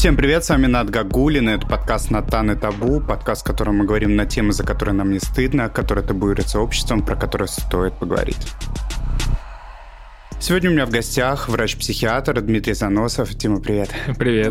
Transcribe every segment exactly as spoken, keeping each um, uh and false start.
Всем привет, с вами Нат Гагулин, это подкаст «Натан и табу», подкаст, в котором мы говорим на темы, за которые нам не стыдно, которые табуируются обществом, про которые стоит поговорить. Сегодня у меня в гостях врач-психиатр Дмитрий Заносов. Дима, привет. Привет.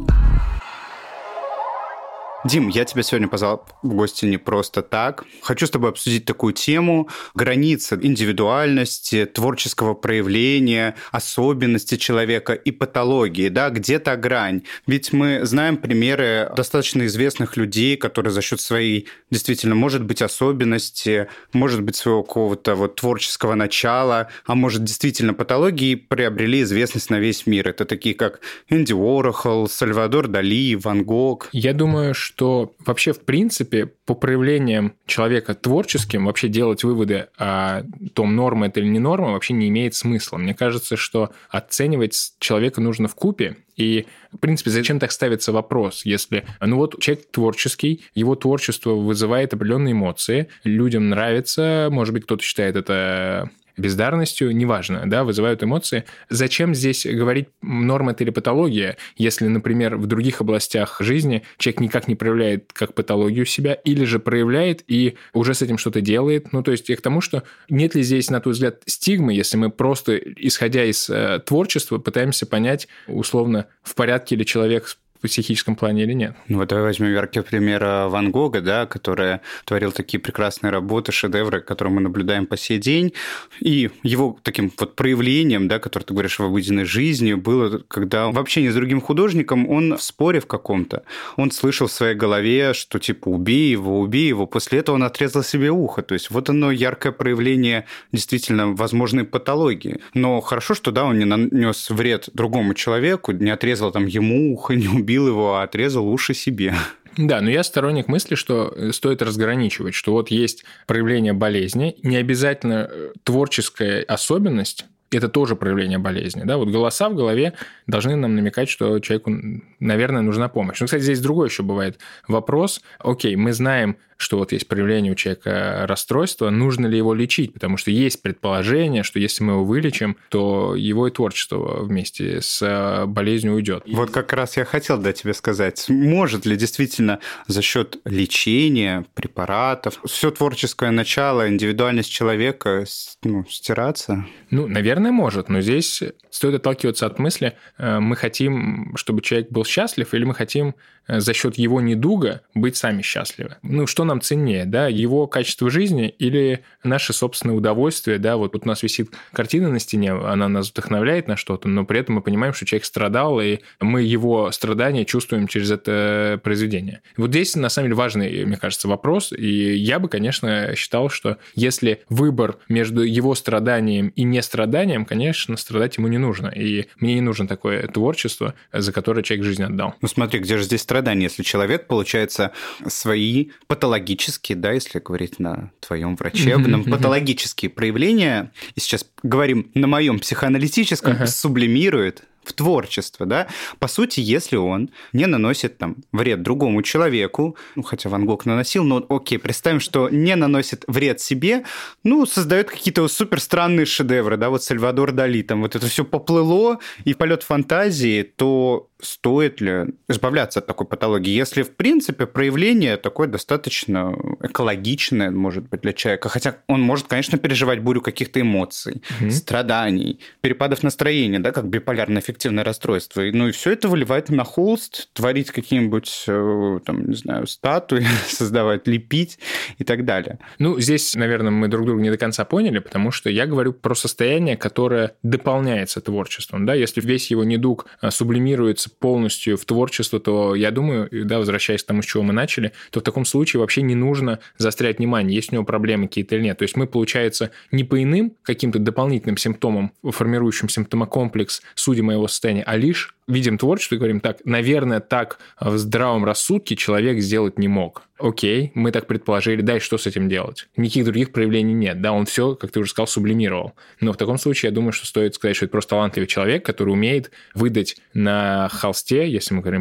Дим, я тебя сегодня позвал в гости не просто так. Хочу с тобой обсудить такую тему: границы индивидуальности, творческого проявления, особенности человека и патологии, да, где-то грань. Ведь мы знаем примеры достаточно известных людей, которые за счет своей, действительно, может быть, особенности, может быть, своего какого-то вот творческого начала, а может, действительно, патологии, приобрели известность на весь мир. Это такие, как Энди Уорхол, Сальвадор Дали, Ван Гог. Я думаю, что что вообще, в принципе, по проявлениям человека творческим вообще делать выводы о том, норма это или не норма, вообще не имеет смысла. Мне кажется, что оценивать человека нужно вкупе. И, в принципе, зачем так ставится вопрос, если, ну вот, человек творческий, его творчество вызывает определенные эмоции, людям нравится, может быть, кто-то считает это бездарностью, неважно, да, вызывают эмоции. Зачем здесь говорить, норма это или патология, если, например, в других областях жизни человек никак не проявляет как патологию себя, или же проявляет и уже с этим что-то делает? Ну, то есть я к тому, что нет ли здесь, на твой взгляд, стигмы, если мы просто, исходя из э, творчества, пытаемся понять, условно, в порядке ли человек в психическом плане или нет. Ну, вот давай возьмем яркий пример Ван Гога, да, который творил такие прекрасные работы, шедевры, которые мы наблюдаем по сей день. И его таким вот проявлением, да, который ты говоришь в обыденной жизни, было, когда в общении с другим художником он в споре в каком-то, он слышал в своей голове, что типа убей его, убей его. После этого он отрезал себе ухо. То есть вот оно яркое проявление действительно возможной патологии. Но хорошо, что да, он не нанес вред другому человеку, не отрезал там ему ухо, не убил его, а отрезал уши себе. Да, но я сторонник мысли, что стоит разграничивать, что вот есть проявление болезни, не обязательно творческая особенность, это тоже проявление болезни. Да? Вот голоса в голове должны нам намекать, что человеку, наверное, нужна помощь. Но, кстати, здесь другой еще бывает вопрос. Окей, мы знаем, что вот есть проявление у человека расстройства, нужно ли его лечить? Потому что есть предположение, что если мы его вылечим, то его и творчество вместе с болезнью уйдет. Вот как раз я хотел да, тебе сказать, может ли действительно за счет лечения, препаратов, все творческое начало, индивидуальность человека ну, стираться? Ну, наверное, может, но здесь стоит отталкиваться от мысли, мы хотим, чтобы человек был счастлив, или мы хотим за счет его недуга быть сами счастливы. Ну, что нам ценнее, да, его качество жизни или наше собственное удовольствие, да, вот, вот у нас висит картина на стене, она нас вдохновляет на что-то, но при этом мы понимаем, что человек страдал, и мы его страдания чувствуем через это произведение. Вот здесь, на самом деле, важный, мне кажется, вопрос, и я бы, конечно, считал, что если выбор между его страданием и нестраданием, конечно, страдать ему не нужно, и мне не нужно такое творчество, за которое человек жизнь отдал. Ну, смотри, где же здесь страдания, если человек, получается, свои патологические, да, если говорить на твоем врачебном, патологические проявления, и сейчас говорим на моем психоаналитическом, uh-huh. сублимирует в творчество, да, по сути, если он не наносит там вред другому человеку, ну, хотя Ван Гог наносил, но окей, представим, что не наносит вред себе, ну, создает какие-то супер странные шедевры, да, вот Сальвадор Дали, там вот это все поплыло, и полет фантазии, то стоит ли избавляться от такой патологии, если, в принципе, проявление такое достаточно экологичное, может быть, для человека, хотя он может, конечно, переживать бурю каких-то эмоций, mm-hmm. страданий, перепадов настроения, да, как биполярное аффективное расстройство. Ну, и все это выливает на холст, творить какие-нибудь, там, не знаю, статуи, создавать, лепить и так далее. Ну, здесь, наверное, мы друг друга не до конца поняли, потому что я говорю про состояние, которое дополняется творчеством, да, если весь его недуг сублимируется полностью в творчество, то я думаю, да, возвращаясь к тому, с чего мы начали, то в таком случае вообще не нужно заострять внимание, есть у него проблемы какие-то или нет. То есть мы, получается, не по иным каким-то дополнительным симптомам, формирующим симптомокомплекс, судим о его состоянии, а лишь видим творчество и говорим так, наверное, так в здравом рассудке человек сделать не мог. Окей, мы так предположили, дальше что с этим делать? Никаких других проявлений нет, да, он все, как ты уже сказал, сублимировал. Но в таком случае я думаю, что стоит сказать, что это просто талантливый человек, который умеет выдать на холсте, если мы говорим про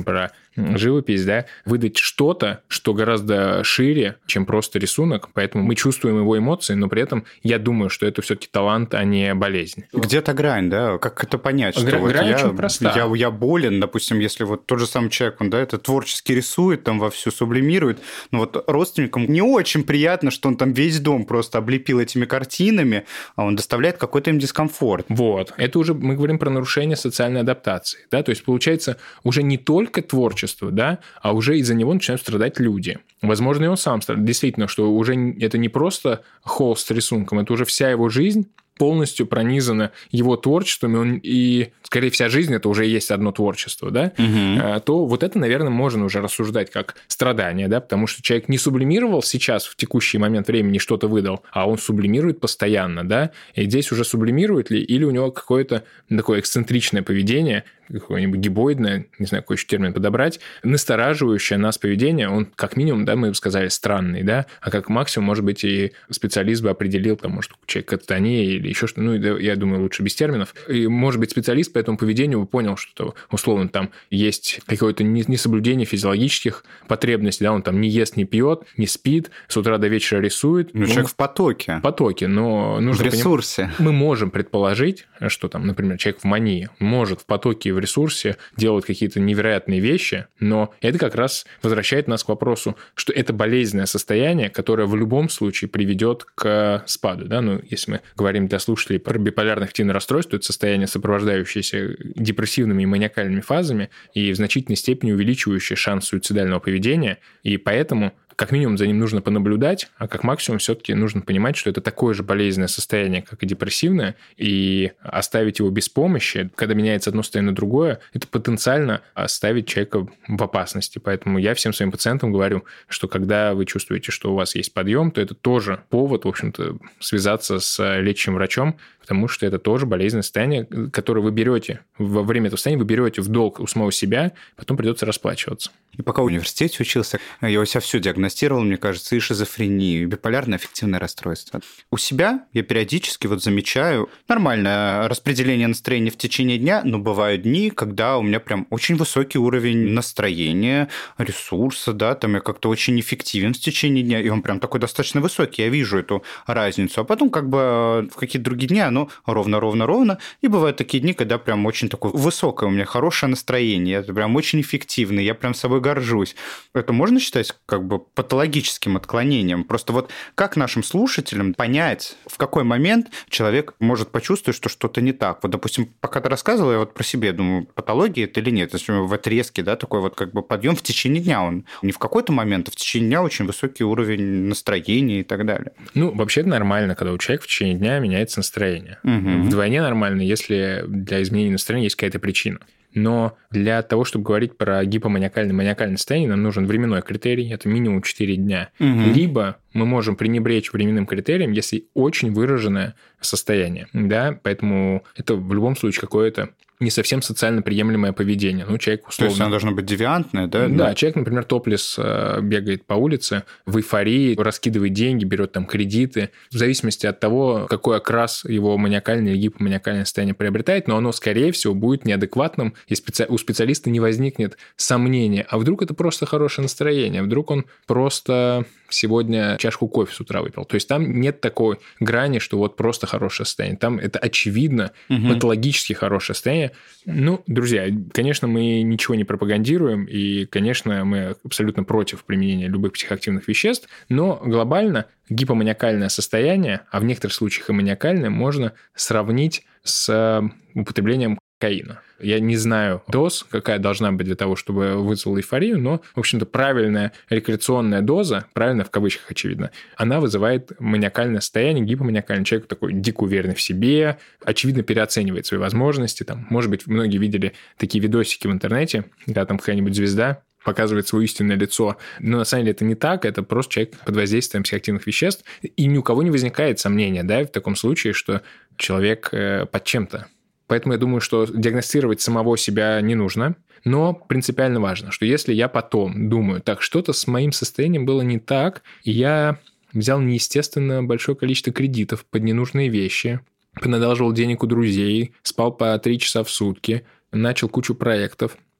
живопись, да, выдать что-то, что гораздо шире, чем просто рисунок, поэтому мы чувствуем его эмоции, но при этом я думаю, что это все-таки талант, а не болезнь. Где-то грань, да? Как это понять? Что Гра- вот грань я, очень проста. Я, я болен, допустим, если вот тот же самый человек, он, да, это творчески рисует, там вовсю сублимирует, но вот родственникам не очень приятно, что он там весь дом просто облепил этими картинами, а он доставляет какой-то им дискомфорт. Вот. Это уже мы говорим про нарушение социальной адаптации, да, то есть получается уже не только творчество, да, а уже из-за него начинают страдать люди. Возможно, и он сам страдает. Действительно, что уже это не просто холст с рисунком, это уже вся его жизнь полностью пронизана его творчеством, и, он, и скорее вся жизнь это уже и есть одно творчество, да, угу. то вот это, наверное, можно уже рассуждать как страдание, да, потому что человек не сублимировал сейчас в текущий момент времени что-то выдал, а он сублимирует постоянно, да, и здесь уже сублимирует ли, или у него какое-то такое эксцентричное поведение, какое-нибудь гибоидное, не знаю, какой еще термин подобрать, настораживающее нас поведение, он как минимум, да, мы бы сказали, странный, да, а как максимум, может быть, и специалист бы определил, там, может, у человека кататония или еще что-то, ну, я думаю, лучше без терминов. И, может быть, специалист по этому поведению бы понял, что, условно, там есть какое-то несоблюдение физиологических потребностей, да, он там не ест, не пьет, не спит, с утра до вечера рисует. Ну, человек в потоке. В потоке, но нужно... В ресурсе. Поним... Мы можем предположить, что там, например, человек в мании может в потоке и в ресурсе делать какие-то невероятные вещи, но это как раз возвращает нас к вопросу, что это болезненное состояние, которое в любом случае приведет к спаду, да, ну, если мы говорим для слушателей про биполярное аффективное расстройство, это состояние, сопровождающееся депрессивными и маниакальными фазами и в значительной степени увеличивающее шанс суицидального поведения, и поэтому как минимум за ним нужно понаблюдать, а как максимум все-таки нужно понимать, что это такое же болезненное состояние, как и депрессивное, и оставить его без помощи, когда меняется одно состояние на другое, это потенциально оставить человека в опасности. Поэтому я всем своим пациентам говорю, что когда вы чувствуете, что у вас есть подъем, то это тоже повод, в общем-то, связаться с лечащим врачом, потому что это тоже болезненное состояние, которое вы берете, во время этого состояния вы берете в долг у самого себя, потом придется расплачиваться. И пока в университете учился, я у себя все диагностировал, мне кажется, и шизофрению, и биполярное аффективное расстройство. У себя я периодически вот замечаю нормальное распределение настроения в течение дня, но бывают дни, когда у меня прям очень высокий уровень настроения, ресурса, да, там я как-то очень эффективен в течение дня, и он прям такой достаточно высокий, я вижу эту разницу. А потом как бы в какие-то другие дни оно ровно-ровно-ровно, и бывают такие дни, когда прям очень такое высокое у меня хорошее настроение, это прям очень эффективный, я прям собой горжусь. Это можно считать как бы патологическим отклонением? Просто вот как нашим слушателям понять, в какой момент человек может почувствовать, что что-то не так? Вот, допустим, пока ты рассказывал, я вот про себя думаю, патология это или нет? То есть в отрезке, да, такой вот как бы подъем в течение дня, он не в какой-то момент, а в течение дня очень высокий уровень настроения и так далее. Ну, вообще это нормально, когда у человека в течение дня меняется настроение. Угу. Вдвойне нормально, если для изменения настроения есть какая-то причина. Но для того, чтобы говорить про гипоманиакальное и маниакальное состояние, нам нужен временной критерий, это минимум четыре дня. Угу. Либо мы можем пренебречь временным критерием, если очень выраженное состояние. Да? Поэтому это в любом случае какое-то не совсем социально приемлемое поведение. Ну, человек условно... То есть оно должно быть девиантное, да? Да, да. Человек, например, топлес бегает по улице, в эйфории, раскидывает деньги, берет там кредиты. В зависимости от того, какой окрас его маниакальное или гипоманиакальное состояние приобретает, но оно, скорее всего, будет неадекватным, и специ... у специалиста не возникнет сомнения. А вдруг это просто хорошее настроение? Вдруг он просто сегодня чашку кофе с утра выпил? То есть там нет такой грани, что вот просто хорошее состояние. Там это очевидно угу. патологически хорошее состояние. Ну, друзья, конечно, мы ничего не пропагандируем, и, конечно, мы абсолютно против применения любых психоактивных веществ, но глобально гипоманиакальное состояние, а в некоторых случаях и маниакальное, можно сравнить с употреблением кокаина. Я не знаю доз, какая должна быть для того, чтобы вызвала эйфорию, но, в общем-то, правильная рекреационная доза, правильно в кавычках, очевидно, она вызывает маниакальное состояние, гипоманиакальный человек такой дико уверенный в себе, очевидно, переоценивает свои возможности. Там, может быть, многие видели такие видосики в интернете, когда там какая-нибудь звезда показывает свое истинное лицо. Но на самом деле это не так, это просто человек под воздействием психоактивных веществ, и ни у кого не возникает сомнения, да, в таком случае, что человек под чем-то. Поэтому я думаю, что диагностировать самого себя не нужно, но принципиально важно, что если я потом думаю, так, что-то с моим состоянием было не так, и я взял неестественно большое количество кредитов под ненужные вещи, понадолжил денег у друзей, спал по три часа в сутки, начал кучу проектов,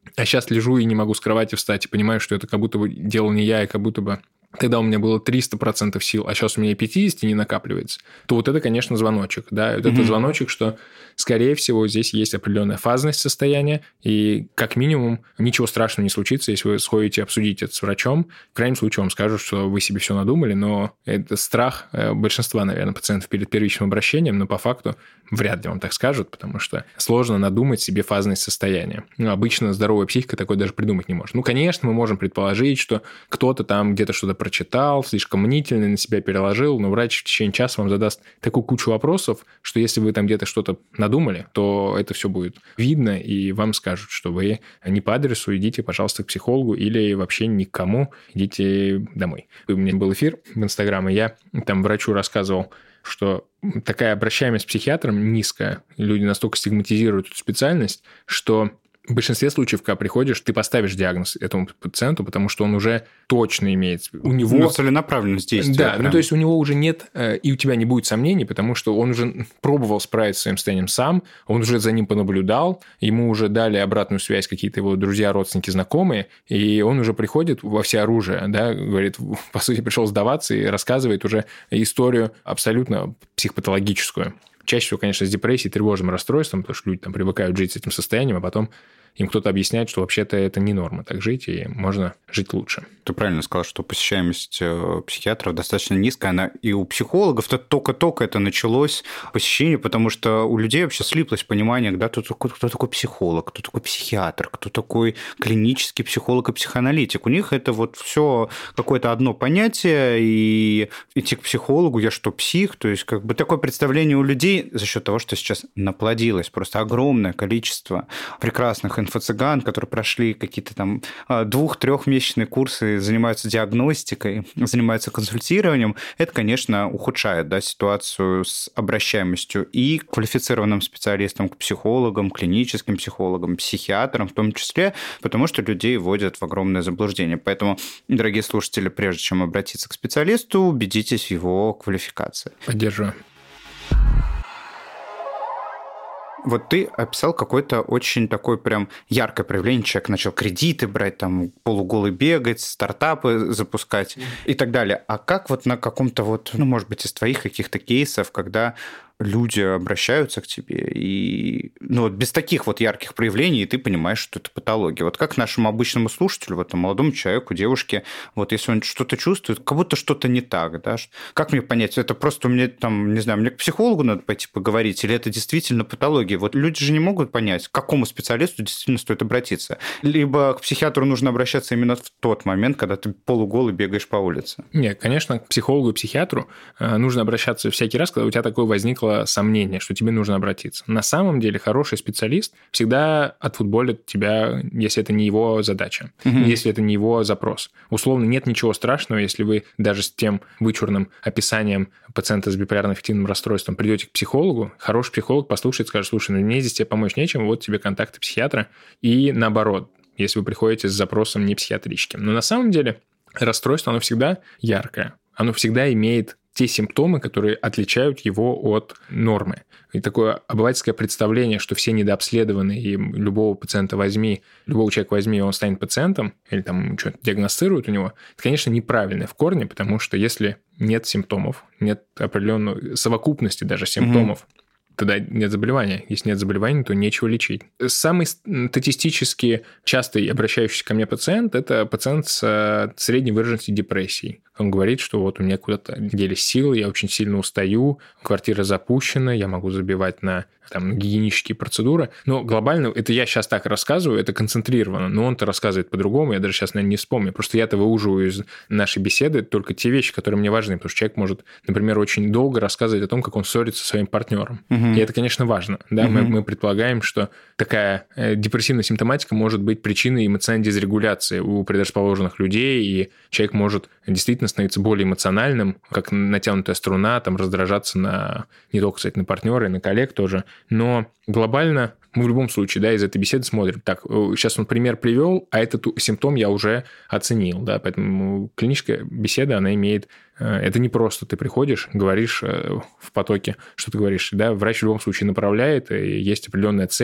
а сейчас лежу и не могу с кровати встать, и понимаю, что это как будто бы делал не я, и как будто бы тогда у меня было триста процентов сил, а сейчас у меня и пятьдесят не накапливается, то вот это, конечно, звоночек. Да? Вот mm-hmm. это звоночек, что, скорее всего, здесь есть определенная фазность состояния, и как минимум ничего страшного не случится, если вы сходите обсудить это с врачом. В крайнем случае вам скажут, что вы себе все надумали, но это страх большинства, наверное, пациентов перед первичным обращением, но по факту вряд ли вам так скажут, потому что сложно надумать себе фазность состояния. Ну, обычно здоровая психика такое даже придумать не может. Ну, конечно, мы можем предположить, что кто-то там где-то что-то прочитал, слишком мнительный, на себя переложил, но врач в течение часа вам задаст такую кучу вопросов, что если вы там где-то что-то надумали, то это все будет видно, и вам скажут, что вы не по адресу, идите, пожалуйста, к психологу или вообще никому, идите домой. У меня был эфир в Инстаграм, и я там врачу рассказывал, что такая обращаемость к психиатрам низкая. Люди настолько стигматизируют эту специальность, что в большинстве случаев, когда приходишь, ты поставишь диагноз этому пациенту, потому что он уже точно имеет... У него... Ну, целенаправленность действия. Да, прям. Ну то есть у него уже нет, и у тебя не будет сомнений, потому что он уже пробовал справиться с своим состоянием сам, он уже за ним понаблюдал, ему уже дали обратную связь какие-то его друзья, родственники, знакомые, и он уже приходит во всеоружие, да, говорит, по сути, пришел сдаваться и рассказывает уже историю абсолютно психопатологическую. Чаще всего, конечно, с депрессией, тревожным расстройством, потому что люди там привыкают жить с этим состоянием, а потом им кто-то объясняет, что вообще-то это не норма так жить, и можно жить лучше. Ты правильно сказал, что посещаемость психиатров достаточно низкая, она и у психологов-то только-только это началось, посещение, потому что у людей вообще слиплось понимание, да, кто, кто такой психолог, кто такой психиатр, кто такой клинический психолог и психоаналитик. У них это вот все какое-то одно понятие, и идти к психологу, я что, псих? То есть как бы такое представление у людей за счет того, что сейчас наплодилось просто огромное количество прекрасных инфо-цыган, которые прошли какие-то там двух-трехмесячные курсы, занимаются диагностикой, занимаются консультированием, это, конечно, ухудшает, да, ситуацию с обращаемостью и к квалифицированным специалистам, к психологам, клиническим психологам, психиатрам в том числе, потому что людей вводят в огромное заблуждение. Поэтому, дорогие слушатели, прежде чем обратиться к специалисту, убедитесь в его квалификации. Поддерживаю. Вот ты описал какое-то очень такое прям яркое проявление. Человек начал кредиты брать, там, полуголый бегать, стартапы запускать и так далее. А как вот на каком-то вот, ну, может быть, из твоих каких-то кейсов, когда люди обращаются к тебе, и ну, вот без таких вот ярких проявлений ты понимаешь, что это патология. Вот как нашему обычному слушателю, вот молодому человеку, девушке, вот если он что-то чувствует, как будто что-то не так, да? Как мне понять, это просто у меня там, не знаю, мне к психологу надо пойти поговорить, или это действительно патология? Вот люди же не могут понять, к какому специалисту действительно стоит обратиться. Либо к психиатру нужно обращаться именно в тот момент, когда ты полуголый бегаешь по улице. Нет, конечно, к психологу и психиатру нужно обращаться всякий раз, когда у тебя такое возникло сомнение, что тебе нужно обратиться. На самом деле хороший специалист всегда отфутболит тебя, если это не его задача, угу. если это не его запрос. Условно, нет ничего страшного, если вы даже с тем вычурным описанием пациента с биполярно-аффективным расстройством придете к психологу, хороший психолог послушает, скажет, слушай, ну мне здесь тебе помочь нечем, вот тебе контакты психиатра. И наоборот, если вы приходите с запросом не психиатрическим. Но на самом деле расстройство, оно всегда яркое, оно всегда имеет те симптомы, которые отличают его от нормы. И такое обывательское представление, что все недообследованы, и любого пациента возьми, любого человека возьми, и он станет пациентом, или там что-то диагностируют у него, это, конечно, неправильно в корне, потому что если нет симптомов, нет определенной совокупности даже симптомов, mm-hmm. тогда нет заболевания. Если нет заболевания, то нечего лечить. Самый статистически частый обращающийся ко мне пациент – это пациент с средней выраженностью депрессией. Он говорит, что вот у меня куда-то делись силы, я очень сильно устаю, квартира запущена, я могу забивать на там, гигиенические процедуры. Но глобально, это я сейчас так рассказываю, это концентрировано, но он-то рассказывает по-другому, я даже сейчас, наверное, не вспомню. Просто я-то выуживаю из нашей беседы только те вещи, которые мне важны, потому что человек может, например, очень долго рассказывать о том, как он ссорится со своим партнером. Угу. И это, конечно, важно. Да? Угу. Мы, мы предполагаем, что такая депрессивная симптоматика может быть причиной эмоциональной дезрегуляции у предрасположенных людей, и человек может действительно становиться более эмоциональным, как натянутая струна, там, раздражаться на, не только, кстати, на партнера, и на коллег тоже. Но глобально мы в любом случае, да, из этой беседы смотрим. Так, сейчас он пример привел, а этот симптом я уже оценил, да, поэтому клиническая беседа, она имеет... Это не просто ты приходишь, говоришь в потоке, что ты говоришь, да, врач в любом случае направляет, и есть определенная цель,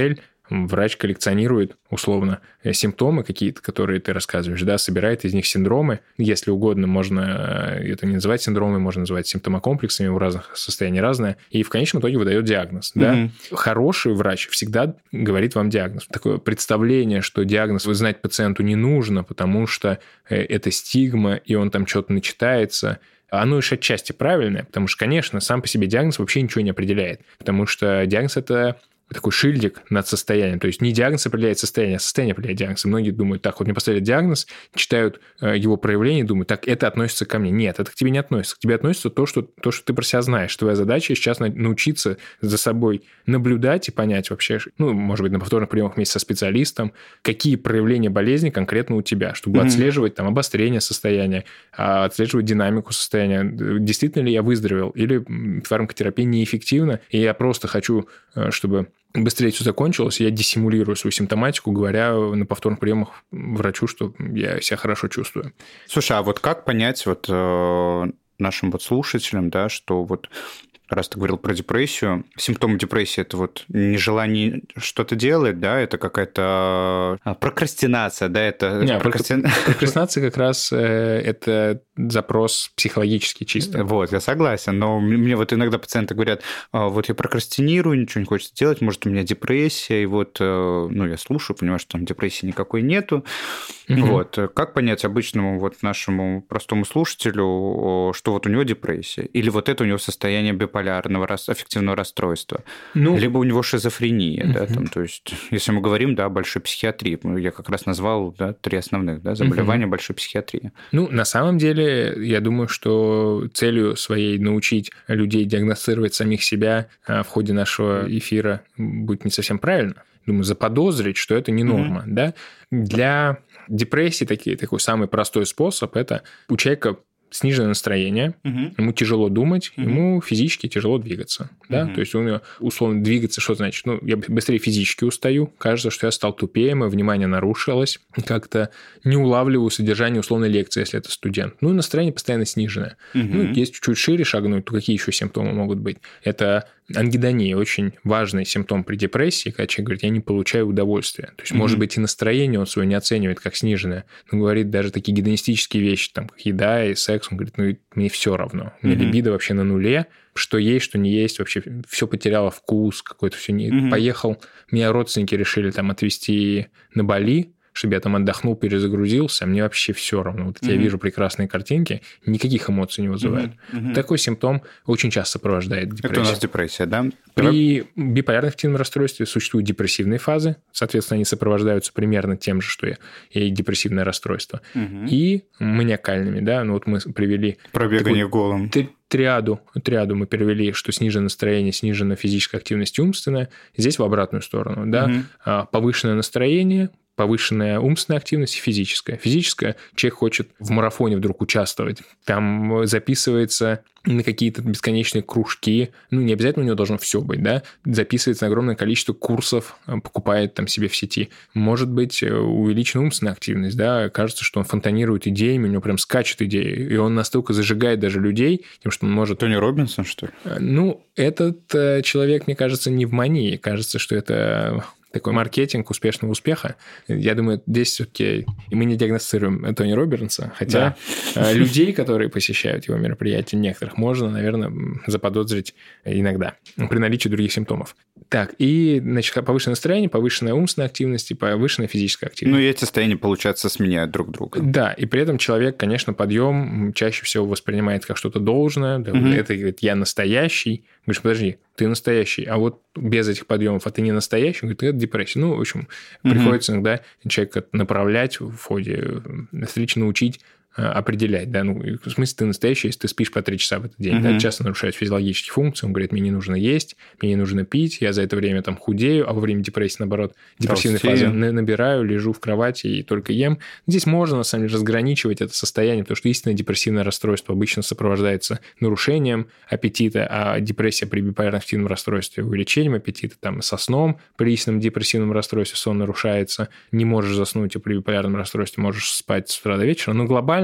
врач коллекционирует, условно, симптомы какие-то, которые ты рассказываешь, да, собирает из них синдромы. Если угодно, можно это не называть синдромами, можно называть симптомокомплексами, у разных состояний разное. И в конечном итоге выдает диагноз. Да? Mm-hmm. Хороший врач всегда говорит вам диагноз. Такое представление, что диагноз знать пациенту не нужно, потому что это стигма, и он там что-то начитается. Оно лишь отчасти правильное, потому что, конечно, сам по себе диагноз вообще ничего не определяет, потому что диагноз – это такой шильдик над состоянием. То есть не диагноз определяет состояние, а состояние определяет диагноз. И многие думают, так, вот мне поставили диагноз, читают его проявление, думают, так, это относится ко мне. Нет, это к тебе не относится. К тебе относится то, что, то, что ты про себя знаешь. Твоя задача сейчас научиться за собой наблюдать и понять вообще, ну, может быть, на повторных приемах вместе со специалистом, какие проявления болезни конкретно у тебя, чтобы mm-hmm. отслеживать там обострение состояния, отслеживать динамику состояния. Действительно ли я выздоровел, или фармакотерапия неэффективна, и я просто хочу, чтобы быстрее все закончилось, я диссимулирую свою симптоматику, говоря на повторных приемах врачу, что я себя хорошо чувствую. Слушай, а вот как понять вот э, нашим вот слушателям, да, что вот раз ты говорил про депрессию, симптомы депрессии – это вот нежелание что-то делать, да, это какая-то прокрастинация, да, это… Не, прокрастин... прокрастинация как раз э, это запрос психологический чисто. Вот, я согласен, но мне вот иногда пациенты говорят, вот я прокрастинирую, ничего не хочется делать, может, у меня депрессия, и вот, ну, я слушаю, понимаю, что там депрессии никакой нету. Угу. Вот, как понять обычному вот нашему простому слушателю, что вот у него депрессия, или вот это у него состояние биполярного аффективного расстройства, ну, либо у него шизофрения, угу. да, там, то есть, если мы говорим, да, о большой психиатрии, я как раз назвал, да, три основных, да, заболевания угу. большой психиатрии. Ну, на самом деле, я думаю, что целью своей научить людей диагностировать самих себя в ходе нашего эфира будет не совсем правильно. Думаю, заподозрить, что это не норма, mm-hmm. да. Для депрессии такие, такой самый простой способ – это у человека сниженное настроение, угу. ему тяжело думать, угу. ему физически тяжело двигаться. Да? Угу. То есть у него условно двигаться, что значит? Ну, я быстрее физически устаю, кажется, что я стал тупее, мое внимание нарушилось, как-то не улавливаю содержание условной лекции, если это студент. Ну, настроение постоянно сниженное. Угу. Ну, если чуть шире шагнуть, то какие еще симптомы могут быть? Это ангидония, очень важный симптом при депрессии, когда человек говорит, я не получаю удовольствия. То есть, mm-hmm. может быть, и настроение он свое не оценивает как сниженное, но говорит даже такие гедонистические вещи, там, как еда и секс, он говорит, ну, мне все равно. У меня mm-hmm. либидо вообще на нуле, что есть, что не есть, вообще все потеряло вкус, какой-то все не... Mm-hmm. Поехал, меня родственники решили там отвезти на Бали, чтобы я там отдохнул, перезагрузился, а мне вообще все равно. Вот mm-hmm. я вижу прекрасные картинки, никаких эмоций не вызывают. Mm-hmm. Такой симптом очень часто сопровождает депрессию. Это у нас депрессия, да? При биполярном аффективном расстройстве существуют депрессивные фазы, соответственно, они сопровождаются примерно тем же, что и депрессивное расстройство, mm-hmm. и маниакальными, да, ну вот мы привели... Про бегание голым. Триаду, триаду мы перевели, что снижено настроение, снижена физическая активность и умственная. Здесь в обратную сторону, да, mm-hmm. повышенное настроение, повышенная умственная активность и физическая. Физическая, человек хочет в марафоне вдруг участвовать, там записывается на какие-то бесконечные кружки, ну, не обязательно у него должно все быть, да, записывается на огромное количество курсов, покупает там себе в сети. Может быть, увеличена умственная активность, да, кажется, что он фонтанирует идеями, у него прям скачет идеи, и он настолько зажигает даже людей, тем, что он может... Тони Робинсон, что ли? Ну, этот человек, мне кажется, не в мании, кажется, что это... такой маркетинг успешного успеха. Я думаю, здесь все-таки... И мы не диагностируем Тони Робинса, хотя да. людей, которые посещают его мероприятия, некоторых можно, наверное, заподозрить иногда при наличии других симптомов. Так, и, значит, повышенное настроение, повышенная умственная активность и повышенная физическая активность. Ну, и эти состояния, получается, сменяют друг друга. Да, и при этом человек, конечно, подъем чаще всего воспринимает как что-то должное. Да, угу. Это, говорит, я настоящий. Говоришь, подожди, ты настоящий, а вот без этих подъемов, а ты не настоящий, он говорит, это депрессия. Ну, в общем, угу. приходится иногда человека направлять в ходе встречи, научить определять, да, ну, в смысле, ты настоящий, если ты спишь по три часа в этот день, uh-huh. да, часто нарушают физиологические функции, он говорит, мне не нужно есть, мне не нужно пить, я за это время там худею, а во время депрессии, наоборот, депрессивной фазы набираю, лежу в кровати и только ем. Здесь можно, на самом деле, разграничивать это состояние, потому что истинное депрессивное расстройство обычно сопровождается нарушением аппетита, а депрессия при биполярном аффективном расстройстве увеличением аппетита, там, со сном, при истинном депрессивном расстройстве сон нарушается, не можешь заснуть, а при биполярном расстройстве можешь спать с утра до вечера, но глобально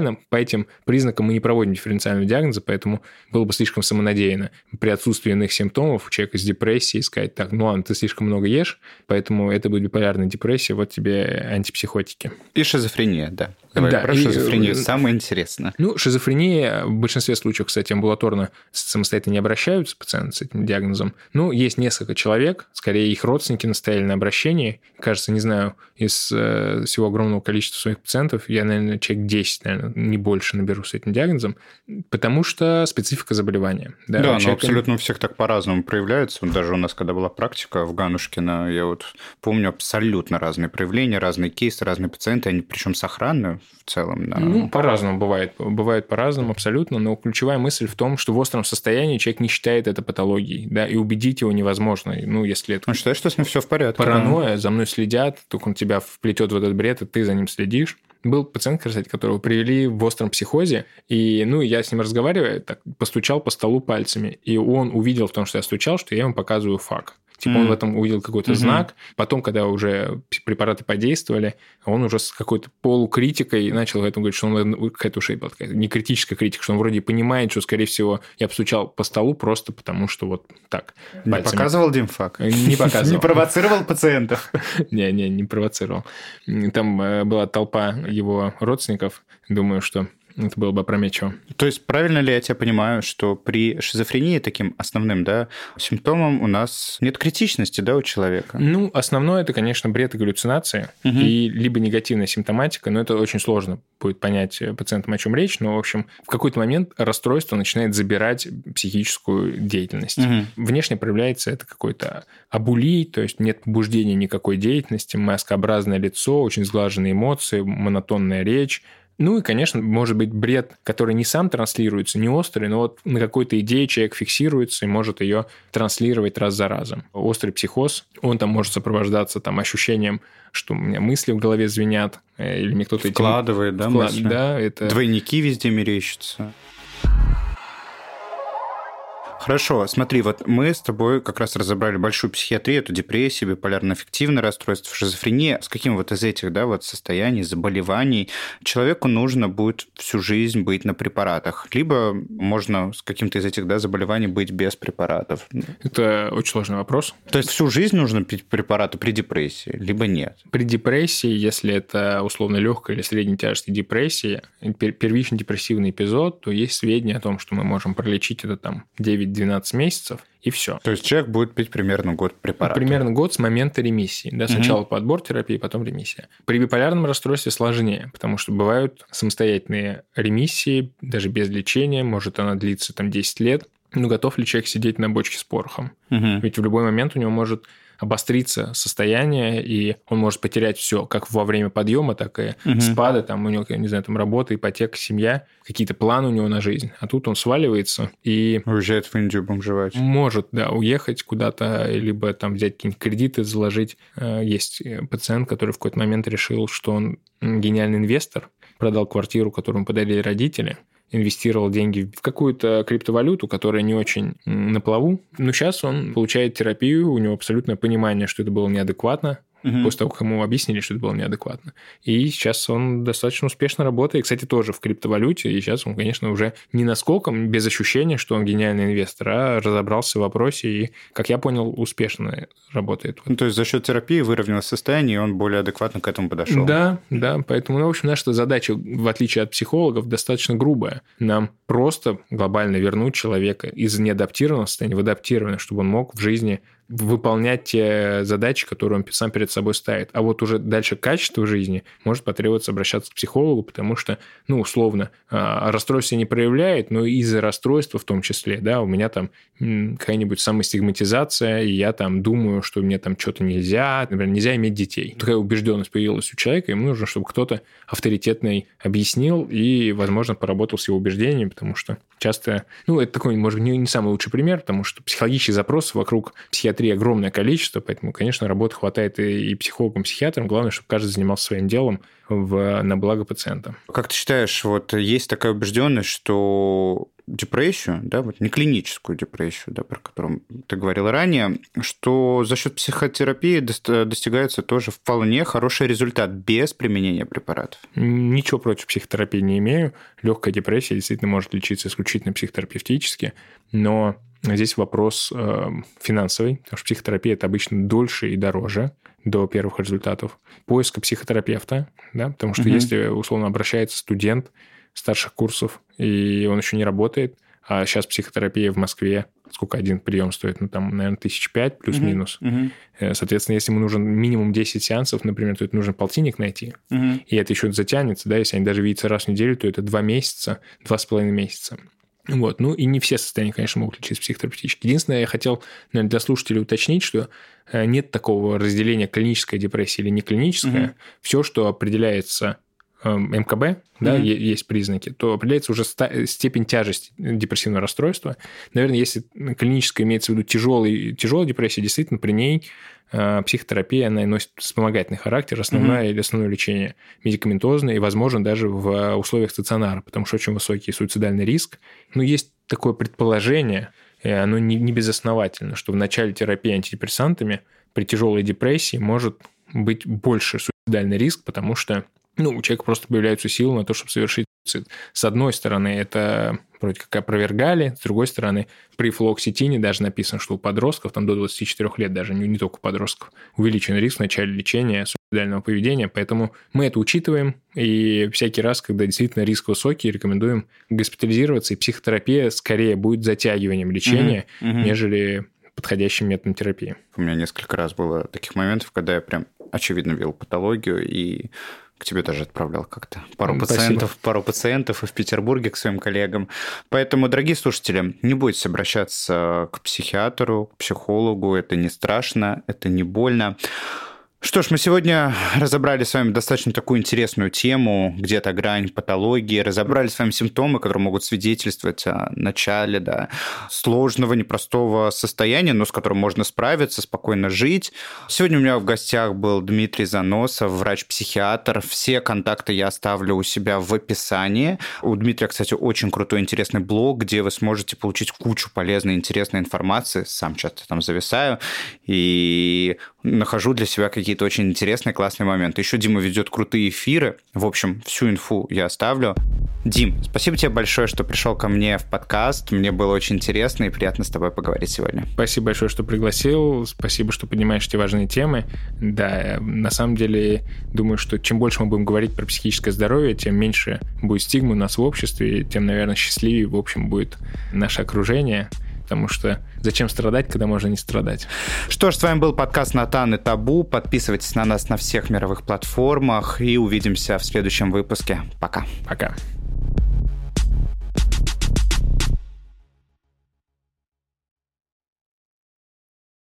дифференциально. По этим признакам мы не проводим дифференциального диагноза, поэтому было бы слишком самонадеянно при отсутствии иных симптомов у человека с депрессией сказать, так, ну ладно, ты слишком много ешь, поэтому это будет биполярная депрессия, вот тебе антипсихотики. И шизофрения, да. Давай да, про и, шизофрению. Самое интересное. Ну, шизофрения в большинстве случаев, кстати, амбулаторно самостоятельно не обращаются пациенты с этим диагнозом. Ну, есть несколько человек, скорее их родственники настояли на обращении. Кажется, не знаю, из э, всего огромного количества своих пациентов я, наверное, человек десять, наверное, не больше наберу с этим диагнозом, потому что специфика заболевания. Да, да, человека... но абсолютно у всех так по-разному проявляется. Вот даже у нас, когда была практика в Ганушкино, я вот помню абсолютно разные проявления, разные кейсы, разные пациенты, они причем сохранны в целом. Да. Ну, по-разному бывает. Бывает по-разному абсолютно, но ключевая мысль в том, что в остром состоянии человек не считает это патологией, да, и убедить его невозможно. Ну, если это... Он считает, что с ним все в порядке. Паранойя, да. За мной следят, только он тебя вплетет в этот бред, и ты за ним следишь. Был пациент, кстати, которого привели в остром психозе, и, ну, я с ним разговариваю, так, постучал по столу пальцами, и он увидел в том, что я стучал, что я ему показываю фак. Типа mm. он в этом увидел какой-то mm-hmm. знак. Потом, когда уже препараты подействовали, он уже с какой-то полукритикой начал в этом говорить, что он какая-то ушей была такая, не критическая критика, что он вроде понимает, что, скорее всего, я постучал по столу просто потому, что вот так. Не пальцами. Показывал Димфак? Не показывал. Не провоцировал пациентов? Не-не, не провоцировал. Там была толпа его родственников. Думаю, что это было бы опрометчиво. То есть правильно ли я тебя понимаю, что при шизофрении таким основным, да, симптомом у нас нет критичности, да, у человека? Ну, основное это, конечно, бред и галлюцинации, угу. и либо негативная симптоматика, но это очень сложно будет понять пациентам, о чем речь, но, в общем, в какой-то момент расстройство начинает забирать психическую деятельность. Угу. Внешне проявляется это какой-то абулий, то есть нет побуждения никакой деятельности, маскообразное лицо, очень сглаженные эмоции, монотонная речь. Ну и, конечно, может быть бред, который не сам транслируется, не острый, но вот на какой-то идее человек фиксируется и может ее транслировать раз за разом. Острый психоз, он там может сопровождаться там, ощущением, что у меня мысли в голове звенят, или мне кто-то... Вкладывает, этим... да, Вклад... мысли? Да, это... Двойники везде мерещатся. Хорошо, смотри, вот мы с тобой как раз разобрали большую психиатрию, эту депрессию, биполярно-аффективное расстройство, шизофрения. С каким вот из этих, да, вот состояний, заболеваний человеку нужно будет всю жизнь быть на препаратах? Либо можно с каким-то из этих, да, заболеваний быть без препаратов? Это очень сложный вопрос. То есть всю жизнь нужно пить препараты при депрессии, либо нет? При депрессии, если это условно легкая или средней тяжести депрессия, первичный депрессивный эпизод, то есть сведения о том, что мы можем пролечить это там девять-двенадцать месяцев, и все. То есть человек будет пить примерно год препаратов? Примерно год с момента ремиссии. Да, сначала угу. подбор терапии, потом ремиссия. При биполярном расстройстве сложнее, потому что бывают самостоятельные ремиссии, даже без лечения, может она длиться там десять лет. Ну, готов ли человек сидеть на бочке с порохом? Угу. Ведь в любой момент у него может обостриться состояние, и он может потерять все, как во время подъема, так и угу. спада, там у него, не знаю, там работа, ипотека, семья, какие-то планы у него на жизнь. А тут он сваливается и... Уезжает в Индию бомжевать. Может, да, уехать куда-то, либо там взять какие-нибудь кредиты, заложить. Есть пациент, который в какой-то момент решил, что он гениальный инвестор, продал квартиру, которую ему подарили родители, инвестировал деньги в какую-то криптовалюту, которая не очень на плаву. Но сейчас он получает терапию, у него абсолютное понимание, что это было неадекватно, угу. после того, как ему объяснили, что это было неадекватно. И сейчас он достаточно успешно работает, кстати, тоже в криптовалюте, и сейчас он, конечно, уже не насколько без ощущения, что он гениальный инвестор, а разобрался в вопросе и, как я понял, успешно работает. Ну, то есть за счет терапии выровнялось состояние, и он более адекватно к этому подошел. Да, да, поэтому, ну, в общем, наша задача, в отличие от психологов, достаточно грубая. Нам просто глобально вернуть человека из неадаптированного состояния в адаптированное, чтобы он мог в жизни выполнять те задачи, которые он сам перед собой ставит. А вот уже дальше качество жизни может потребоваться обращаться к психологу, потому что, ну, условно, расстройство не проявляет, но из-за расстройства в том числе, да, у меня там какая-нибудь самостигматизация, и я там думаю, что мне там что-то нельзя, например, нельзя иметь детей. Такая убежденность появилась у человека, ему нужно, чтобы кто-то авторитетный объяснил и, возможно, поработал с его убеждениями, потому что часто, ну, это такой, может быть, не самый лучший пример, потому что психологических запросов вокруг психиатрии огромное количество, поэтому, конечно, работы хватает и, и психологам, и психиатрам. Главное, чтобы каждый занимался своим делом в, на благо пациента. Как ты считаешь, вот есть такая убежденность, что депрессию, да, вот не клиническую депрессию, да, про которую ты говорил ранее, что за счет психотерапии достигается тоже вполне хороший результат без применения препаратов. Ничего против психотерапии не имею. Легкая депрессия действительно может лечиться исключительно психотерапевтически, но здесь вопрос э, финансовый, потому что психотерапия – это обычно дольше и дороже до первых результатов. Поиска психотерапевта, да, потому что угу. если, условно, обращается студент старших курсов, и он еще не работает, а сейчас психотерапия в Москве, сколько один прием стоит, ну, там, наверное, тысяч пять плюс-минус. Uh-huh. Uh-huh. Соответственно, если ему нужен минимум десять сеансов, например, то это нужно полтинник найти, uh-huh. и это еще затянется, да, если они даже видятся раз в неделю, то это два месяца, два с половиной месяца. Вот. Ну, и не все состояния, конечно, могут лечиться психотерапевтически. Единственное, я хотел, наверное, для слушателей уточнить, что нет такого разделения клиническая депрессия или не клиническая. Uh-huh. Все, что определяется эм ка бэ, да, mm-hmm. есть признаки, то определяется уже степень тяжести депрессивного расстройства. Наверное, если клиническая имеется в виду тяжелый, тяжелая депрессия, действительно при ней э, психотерапия, она носит вспомогательный характер, основное mm-hmm. или основное лечение медикаментозное и, возможно, даже в условиях стационара, потому что очень высокий суицидальный риск. Но есть такое предположение, и оно не, не безосновательно, что в начале терапии антидепрессантами при тяжелой депрессии может быть больше суицидальный риск, потому что ну, у человека просто появляются силы на то, чтобы совершить суицид. С одной стороны, это вроде как опровергали, с другой стороны, при флуоксетине даже написано, что у подростков, там до двадцати четырёх лет даже, не, не только у подростков, увеличен риск в начале лечения суицидального поведения, поэтому мы это учитываем, и всякий раз, когда действительно риск высокий, рекомендуем госпитализироваться, и психотерапия скорее будет затягиванием лечения, mm-hmm. Mm-hmm. нежели подходящим методом терапии. У меня несколько раз было таких моментов, когда я прям очевидно видел патологию, и к тебе даже отправлял как-то пару Спасибо. пациентов, пару пациентов и в Петербурге к своим коллегам. Поэтому, дорогие слушатели, не бойтесь обращаться к психиатру, к психологу. Это не страшно, это не больно. Что ж, мы сегодня разобрали с вами достаточно такую интересную тему, где-то грань патологии, разобрали с вами симптомы, которые могут свидетельствовать о начале да, сложного, непростого состояния, но с которым можно справиться, спокойно жить. Сегодня у меня в гостях был Дмитрий Заносов, врач-психиатр. Все контакты я оставлю у себя в описании. У Дмитрия, кстати, очень крутой, интересный блог, где вы сможете получить кучу полезной, интересной информации. Сам часто там зависаю и нахожу для себя какие-то какие-то очень интересные, классные моменты. Еще Дима ведет крутые эфиры. В общем, всю инфу я оставлю. Дим, спасибо тебе большое, что пришел ко мне в подкаст. Мне было очень интересно и приятно с тобой поговорить сегодня. Спасибо большое, что пригласил. Спасибо, что поднимаешь эти важные темы. Да, на самом деле, думаю, что чем больше мы будем говорить про психическое здоровье, тем меньше будет стигмы у нас в обществе, тем, наверное, счастливее, в общем, будет наше окружение. Потому что зачем страдать, когда можно не страдать? Что ж, с вами был подкаст «Натан и Табу». Подписывайтесь на нас на всех мировых платформах и увидимся в следующем выпуске. Пока. Пока.